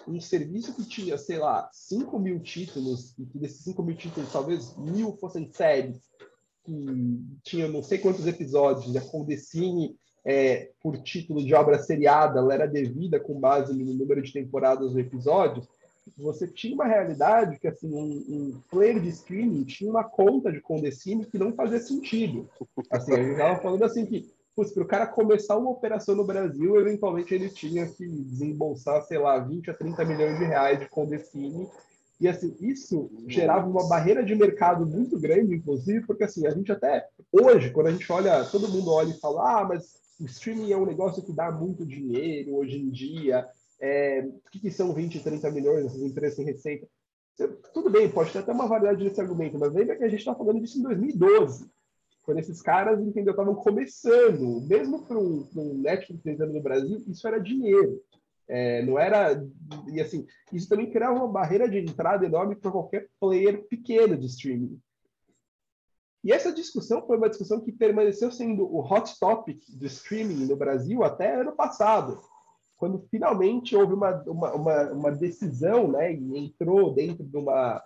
um serviço que tinha, sei lá, 5 mil títulos, e que desses 5 mil títulos, talvez 1.000 fossem séries, que tinha não sei quantos episódios, a Condecine, por título de obra seriada, ela era devida com base no número de temporadas do episódio. Você tinha uma realidade que, assim, um player de streaming tinha uma conta de Condecine que não fazia sentido. Assim, a gente estava falando assim que, para o cara começar uma operação no Brasil, eventualmente ele tinha que desembolsar, sei lá, 20 a 30 milhões de reais de Condecine. E, assim, isso gerava uma barreira de mercado muito grande, inclusive, porque, assim, a gente até hoje, quando a gente olha, todo mundo olha e fala, mas o streaming é um negócio que dá muito dinheiro hoje em dia, o que são 20, 30 milhões essas empresas sem receita? Tudo bem, pode ter até uma variedade desse argumento, mas lembra que a gente está falando disso em 2012, quando esses caras, entendeu, estavam começando. Mesmo para um Netflix entrando no Brasil, isso era dinheiro. Não era... E, assim, isso também criava uma barreira de entrada enorme para qualquer player pequeno de streaming. E essa discussão foi uma discussão que permaneceu sendo o hot topic do streaming no Brasil até ano passado, quando finalmente houve uma decisão, né, e entrou dentro de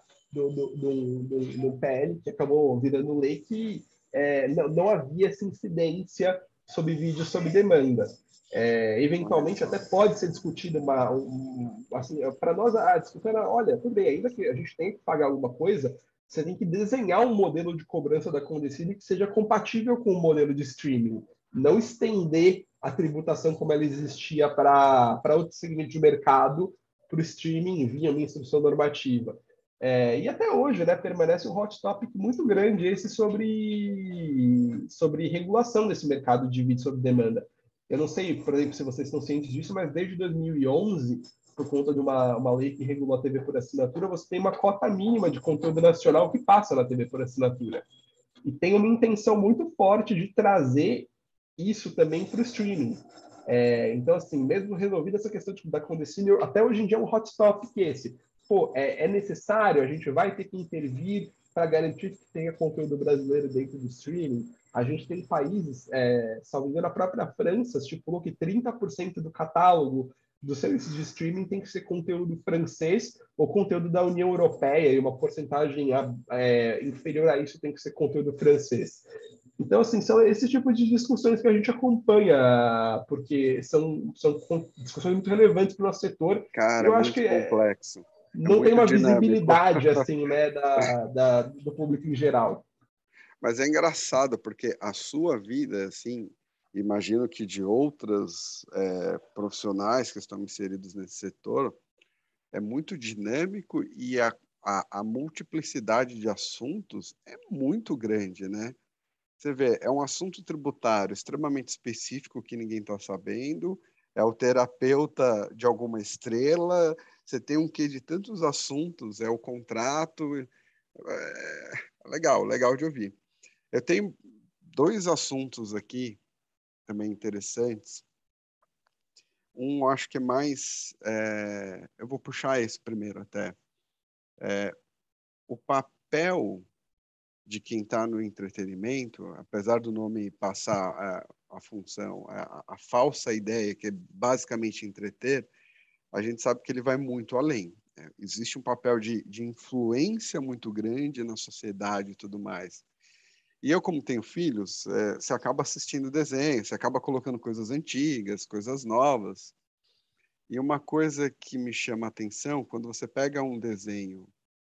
um PL que acabou virando lei que não havia essa incidência sobre vídeo sob demanda. Eventualmente até pode ser discutido assim, para nós a discussão era, olha, tudo bem, ainda que a gente tenha que pagar alguma coisa, você tem que desenhar um modelo de cobrança da Condecine que seja compatível com o modelo de streaming, não estender a tributação como ela existia para outros segmentos de mercado, para o streaming via uma instrução normativa. E até hoje, né, permanece um hot topic muito grande esse sobre regulação desse mercado de vídeo sob demanda. Eu não sei, por exemplo, se vocês estão cientes disso, mas desde 2011, por conta de uma lei que regula a TV por assinatura, você tem uma cota mínima de conteúdo nacional que passa na TV por assinatura. E tem uma intenção muito forte de trazer isso também para o streaming. Então, assim, mesmo resolvida essa questão da Condecine, até hoje em dia é um hot topic esse. É necessário, a gente vai ter que intervir para garantir que tenha conteúdo brasileiro dentro do streaming. A gente tem países, salvo engano, a própria França estipulou que 30% do catálogo dos serviços de streaming tem que ser conteúdo francês ou conteúdo da União Europeia, e uma porcentagem inferior a isso tem que ser conteúdo francês. Então, assim, são esse tipo de discussões que a gente acompanha, porque são discussões muito relevantes para o nosso setor. Cara, eu acho muito que complexo. não tem Muito uma dinâmico. visibilidade, assim, né, do público em geral. Mas é engraçado, porque a sua vida, assim, imagino que de outras profissionais que estão inseridos nesse setor, é muito dinâmico e a multiplicidade de assuntos é muito grande, né? Você vê, é um assunto tributário extremamente específico que ninguém está sabendo, é o terapeuta de alguma estrela, você tem um quê de tantos assuntos, é o contrato, legal de ouvir. Eu tenho dois assuntos aqui também interessantes. Um, acho que é mais... eu vou puxar esse primeiro até. O papel de quem está no entretenimento, apesar do nome passar a função, a falsa ideia, que é basicamente entreter, a gente sabe que ele vai muito além. Existe um papel de influência muito grande na sociedade e tudo mais. E eu, como tenho filhos, você acaba assistindo desenho, você acaba colocando coisas antigas, coisas novas. E uma coisa que me chama a atenção, quando você pega um desenho,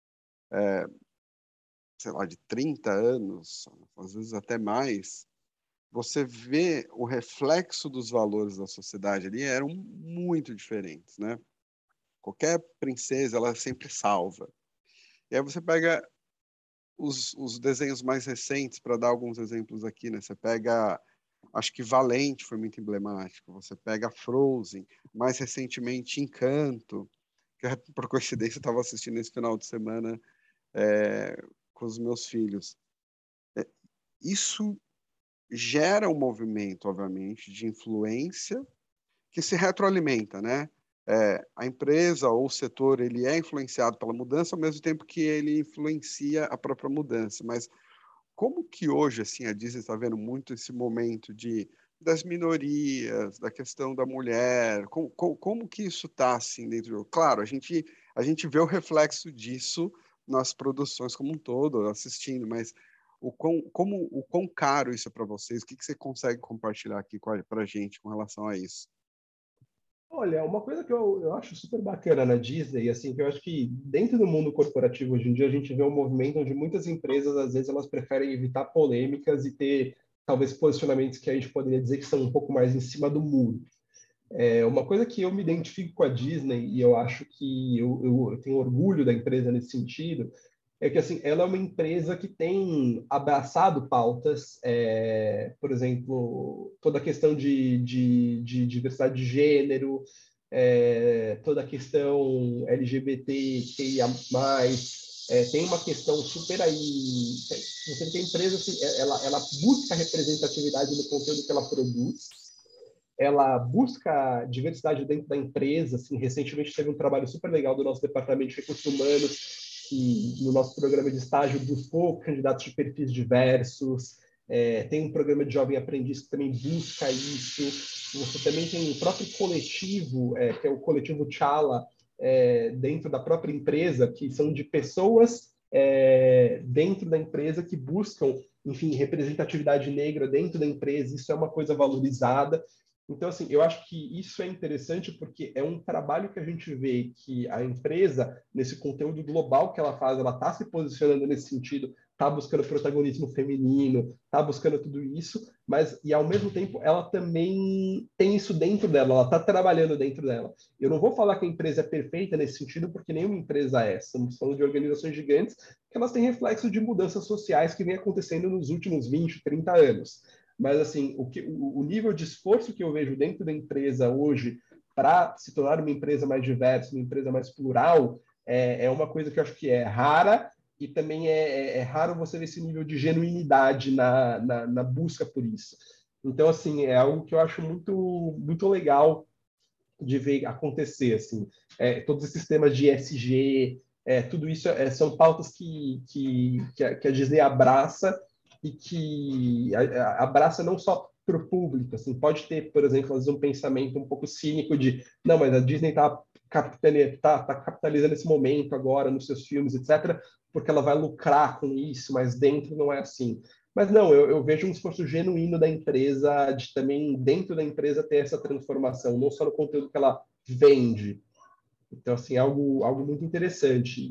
sei lá, de 30 anos, às vezes até mais, você vê o reflexo dos valores da sociedade ali eram muito diferentes, né? Qualquer princesa, ela sempre salva. E aí você pega os desenhos mais recentes, para dar alguns exemplos aqui, né? Você pega, acho que Valente foi muito emblemático, você pega Frozen, mais recentemente Encanto, que por coincidência eu estava assistindo esse final de semana com os meus filhos. Isso gera um movimento, obviamente, de influência que se retroalimenta, né? A empresa ou o setor ele é influenciado pela mudança ao mesmo tempo que ele influencia a própria mudança. Mas como que hoje assim a Disney está vendo muito esse momento de das minorias, da questão da mulher, como que isso está assim dentro? Claro, a gente vê o reflexo disso nas produções como um todo, assistindo, mas o quão caro isso é para vocês? O que você consegue compartilhar aqui para a gente com relação a isso? Olha, uma coisa que eu acho super bacana na Disney, assim, que eu acho que dentro do mundo corporativo hoje em dia a gente vê um movimento onde muitas empresas, às vezes, elas preferem evitar polêmicas e ter, talvez, posicionamentos que a gente poderia dizer que são um pouco mais em cima do muro. Uma coisa que eu me identifico com a Disney, e eu acho que eu tenho orgulho da empresa nesse sentido, é que assim, ela é uma empresa que tem abraçado pautas, por exemplo, toda a questão de diversidade de gênero, toda a questão LGBTQIA+, tem uma questão super aí. Você tem empresa assim, ela busca representatividade no conteúdo que ela produz, ela busca diversidade dentro da empresa. Assim, recentemente teve um trabalho super legal do nosso departamento de recursos humanos, que no nosso programa de estágio buscou candidatos de perfis diversos. Tem um programa de jovem aprendiz que também busca isso. Você também tem o próprio coletivo, que é o coletivo Tchala, dentro da própria empresa, que são de pessoas dentro da empresa que buscam, enfim, representatividade negra dentro da empresa. Isso é uma coisa valorizada. Então, assim, eu acho que isso é interessante porque é um trabalho que a gente vê que a empresa, nesse conteúdo global que ela faz, ela está se posicionando nesse sentido, está buscando protagonismo feminino, está buscando tudo isso, mas, e ao mesmo tempo, ela também tem isso dentro dela, ela está trabalhando dentro dela. Eu não vou falar que a empresa é perfeita nesse sentido, porque nenhuma empresa é. Estamos falando de organizações gigantes que elas têm reflexo de mudanças sociais que vem acontecendo nos últimos 20, 30 anos. Mas, assim, o nível de esforço que eu vejo dentro da empresa hoje para se tornar uma empresa mais diversa, uma empresa mais plural, é uma coisa que eu acho que é rara, e também é raro você ver esse nível de genuinidade na busca por isso. Então, assim, é algo que eu acho muito, muito legal de ver acontecer. Assim, todos esses temas de ESG, tudo isso são pautas que a Disney abraça e que abraça não só para o público. Assim, pode ter, por exemplo, às vezes um pensamento um pouco cínico de não, mas a Disney está capitalizando esse momento agora nos seus filmes, etc., porque ela vai lucrar com isso, mas dentro não é assim. Mas não, eu vejo um esforço genuíno da empresa, de também, dentro da empresa, ter essa transformação, não só no conteúdo que ela vende. Então, assim, algo muito interessante.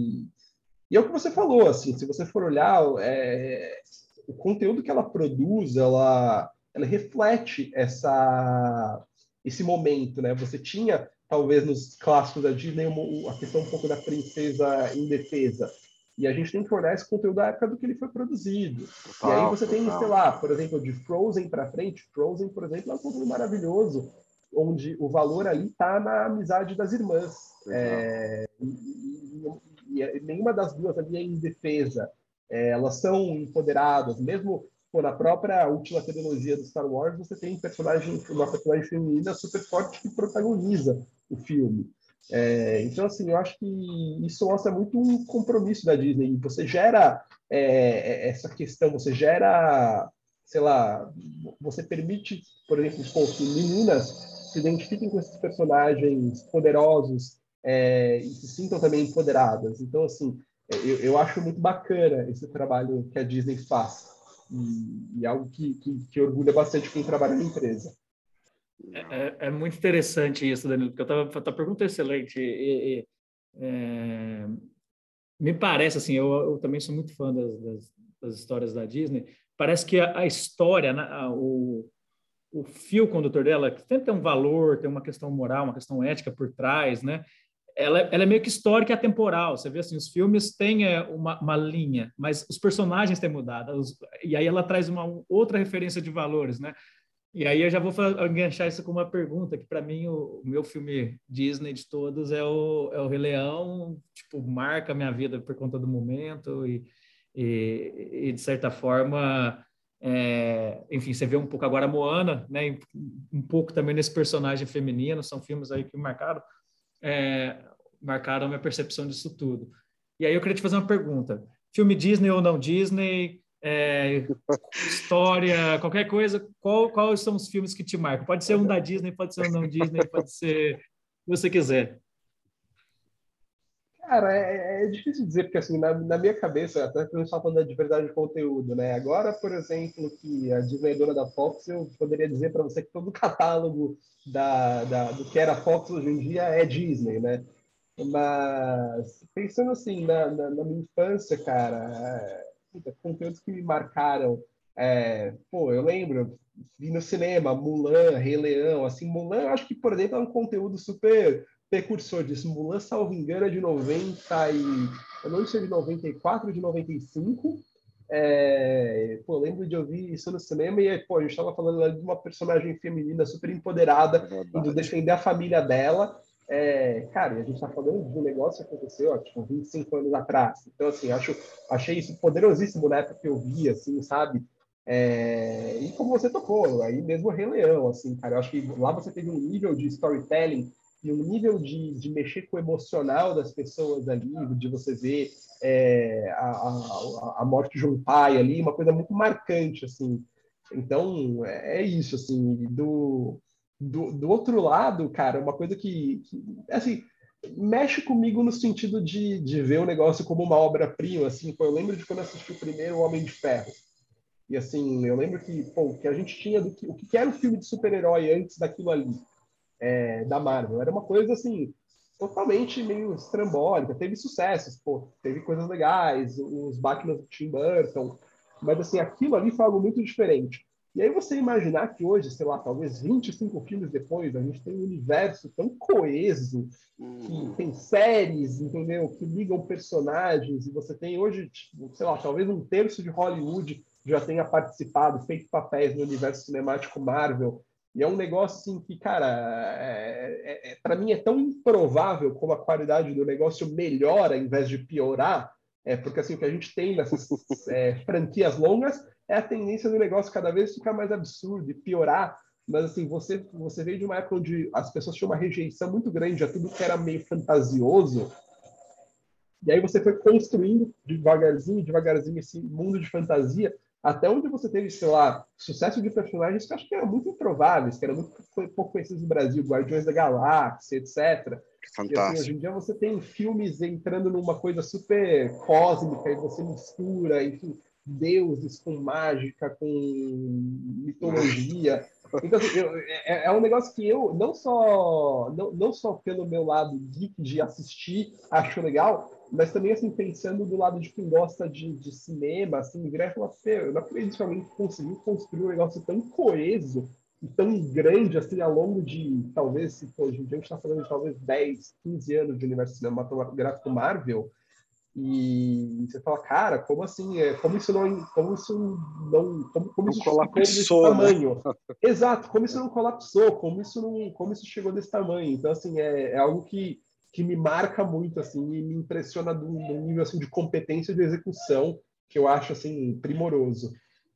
E é o que você falou, assim, se você for olhar, o conteúdo que ela produz, ela reflete esse momento, né? Você tinha, talvez, nos clássicos da Disney, a questão um pouco da princesa indefesa. E a gente tem que olhar esse conteúdo da época do que ele foi produzido. E aí você tem, sei lá, por exemplo, de Frozen para frente. Frozen, por exemplo, é um conteúdo maravilhoso, onde o valor ali está na amizade das irmãs. E nenhuma das duas ali é indefesa. Elas são empoderadas, mesmo na própria última trilogia do Star Wars, você tem uma personagem feminina super forte que protagoniza o filme. Então, assim, eu acho que isso mostra muito um compromisso da Disney. Você gera essa questão, você gera, sei lá, você permite, por exemplo, que meninas se identifiquem com esses personagens poderosos, e se sintam também empoderadas. Então, assim, eu acho muito bacana esse trabalho que a Disney faz. E algo que orgulha bastante quem trabalha na empresa. É muito interessante isso, Danilo, porque a pergunta é excelente. Me parece, assim, eu também sou muito fã das histórias da Disney, parece que a história, o fio condutor dela, que sempre tem um valor, tem uma questão moral, uma questão ética por trás, né? Ela é meio que histórica e atemporal. Você vê assim, os filmes têm uma linha, mas os personagens têm mudado. E aí ela traz uma outra referência de valores, né? E aí eu já vou enganchar isso com uma pergunta, que para mim o meu filme Disney de todos é o Rei Leão, tipo, marca a minha vida por conta do momento e de certa forma, enfim, você vê um pouco agora a Moana, né? Um pouco também nesse personagem feminino, são filmes aí que marcaram a minha percepção disso tudo. E aí eu queria te fazer uma pergunta. Filme Disney ou não Disney, história, qualquer coisa, quais são os filmes que te marcam? Pode ser um da Disney, pode ser um não Disney, pode ser o que você quiser. Cara, é difícil dizer, porque assim, na minha cabeça, até que a gente está falando de verdade de conteúdo, né? Agora, por exemplo, que a Disney é dona da Fox, eu poderia dizer para você que todo o catálogo do que era Fox hoje em dia é Disney, né? Mas pensando assim, na minha infância, cara, conteúdos que me marcaram, pô, eu lembro, vi no cinema, Mulan, Rei Leão, assim, Mulan, eu acho que, por exemplo, é um conteúdo super precursor disso. Mulan, salvo engano, é de 90 e... Eu não sei de 94 ou de 95. Pô, eu lembro de ouvir isso no cinema e, pô, a gente estava falando ali de uma personagem feminina super empoderada, indo defender a família dela. Cara, e a gente está falando de um negócio que aconteceu, ó, tipo, 25 anos atrás. Então, assim, achei isso poderosíssimo na época que eu vi, assim, sabe? E como você tocou, aí mesmo o Rei Leão, assim, cara, eu acho que lá você teve um nível de storytelling e um nível de mexer com o emocional das pessoas ali, de você ver a morte de um pai ali, uma coisa muito marcante, assim. Então, é isso, assim, do outro lado, cara, uma coisa que assim, mexe comigo no sentido de ver o negócio como uma obra-prima, assim, pô, eu lembro de quando eu assisti o primeiro Homem de Ferro, e assim, eu lembro que, pô, que a gente tinha o que era o filme de super-herói antes daquilo ali, da Marvel. Era uma coisa assim, totalmente meio estrambólica. Teve sucessos, pô, teve coisas legais, os Batman do Tim Burton, mas assim, aquilo ali foi algo muito diferente. E aí você imaginar que hoje, sei lá, talvez 25 filmes depois, a gente tem um universo tão coeso, que tem séries, entendeu? Que ligam personagens, e você tem hoje, tipo, sei lá, talvez um terço de Hollywood já tenha participado, feito papéis no universo cinemático Marvel. E é um negócio assim que, cara, para mim é tão improvável como a qualidade do negócio melhora em vez de piorar, porque assim, o que a gente tem nessas franquias longas é a tendência do negócio cada vez ficar mais absurdo e piorar. Mas assim, você veio de uma época onde as pessoas tinham uma rejeição muito grande a tudo que era meio fantasioso, e aí você foi construindo devagarzinho esse mundo de fantasia, até onde você teve, sei lá, sucesso de personagens que eu acho que eram muito improváveis, que eram muito pouco conhecidos no Brasil, Guardiões da Galáxia, etc. E assim, hoje Fantástico. em dia você tem filmes entrando numa coisa super cósmica, e você mistura, enfim, deuses com mágica, com mitologia. Então, assim, é um negócio que eu, não só pelo meu lado geek de assistir, acho legal, mas também, assim, pensando do lado de quem gosta de cinema, assim, virar e falar, eu não acredito que alguém conseguiu construir um negócio tão coeso e tão grande, assim, ao longo de, talvez, se hoje em dia a gente está falando de talvez 10, 15 anos de universo cinematográfico Marvel, e você fala, cara, como assim? Como Não isso ficou desse colapsou, né? tamanho? Exato, como isso não colapsou, como isso chegou desse tamanho. Então, assim, é algo que me marca muito, assim, e me impressiona num nível assim, de competência de execução que eu acho assim primoroso.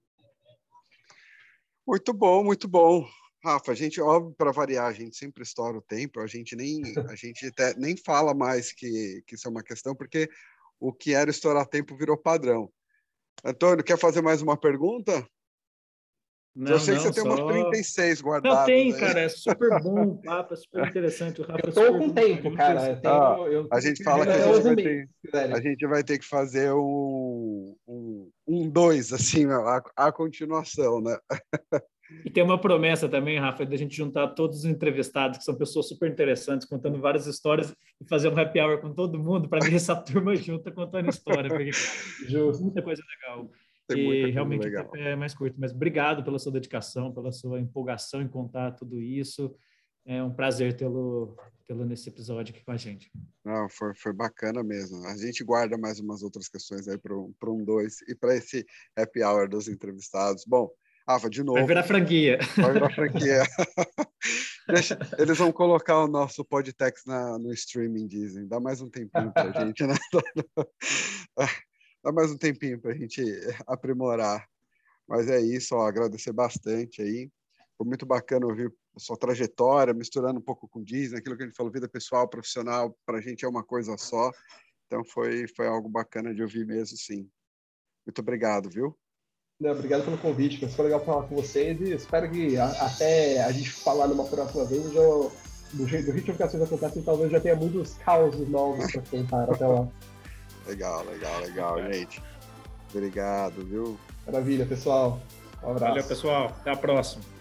Muito bom, muito bom. Rafa, a gente, óbvio, para variar, a gente sempre estoura o tempo, a gente até nem fala mais que isso é uma questão, porque o que era estourar tempo virou padrão. Antônio, quer fazer mais uma pergunta? Eu Não, sei que você não, tem umas só. 36 Não, guardadas tem, aí. cara, é super bom o papo, é super interessante. O Rafa Eu é tô super com tempo, cara. curioso. Eu A tenho gente aqui fala que até 11h30, se a quiserem. gente vai ter que fazer um dois, assim, a continuação, né? E tem uma promessa também, Rafa, da gente juntar todos os entrevistados, que são pessoas super interessantes, contando várias histórias, e fazer um happy hour com todo mundo para ver essa turma junta contando história, porque, cara, tem Justo. muita coisa legal. Tem muita E coisa realmente o tempo legal. é mais curto. Mas obrigado pela sua dedicação, pela sua empolgação em contar tudo isso. É um prazer tê-lo nesse episódio aqui com a gente. Não, foi bacana mesmo. A gente guarda mais umas outras questões aí para um dois e para esse happy hour dos entrevistados. Bom, Rafa, de Vai novo, virar franquia. vai virar franquia. Eles vão colocar o nosso podtext no streaming, dizem. Dá mais um tempinho para a gente, né? Dá mais um tempinho para a gente aprimorar. Mas é isso, ó, agradecer bastante aí. Foi muito bacana ouvir a sua trajetória, misturando um pouco com Disney, aquilo que a gente falou, vida pessoal, profissional, para a gente é uma coisa só. Então foi algo bacana de ouvir mesmo, sim. Muito obrigado, viu? Não, obrigado pelo convite, mas foi legal falar com vocês e espero que até a gente falar numa próxima vez, do ritmo que as coisas acontecem, talvez já tenha muitos causos novos para contar até lá. Legal, gente. Obrigado, viu? Maravilha, pessoal. Um abraço. Valeu, pessoal. Até a próxima.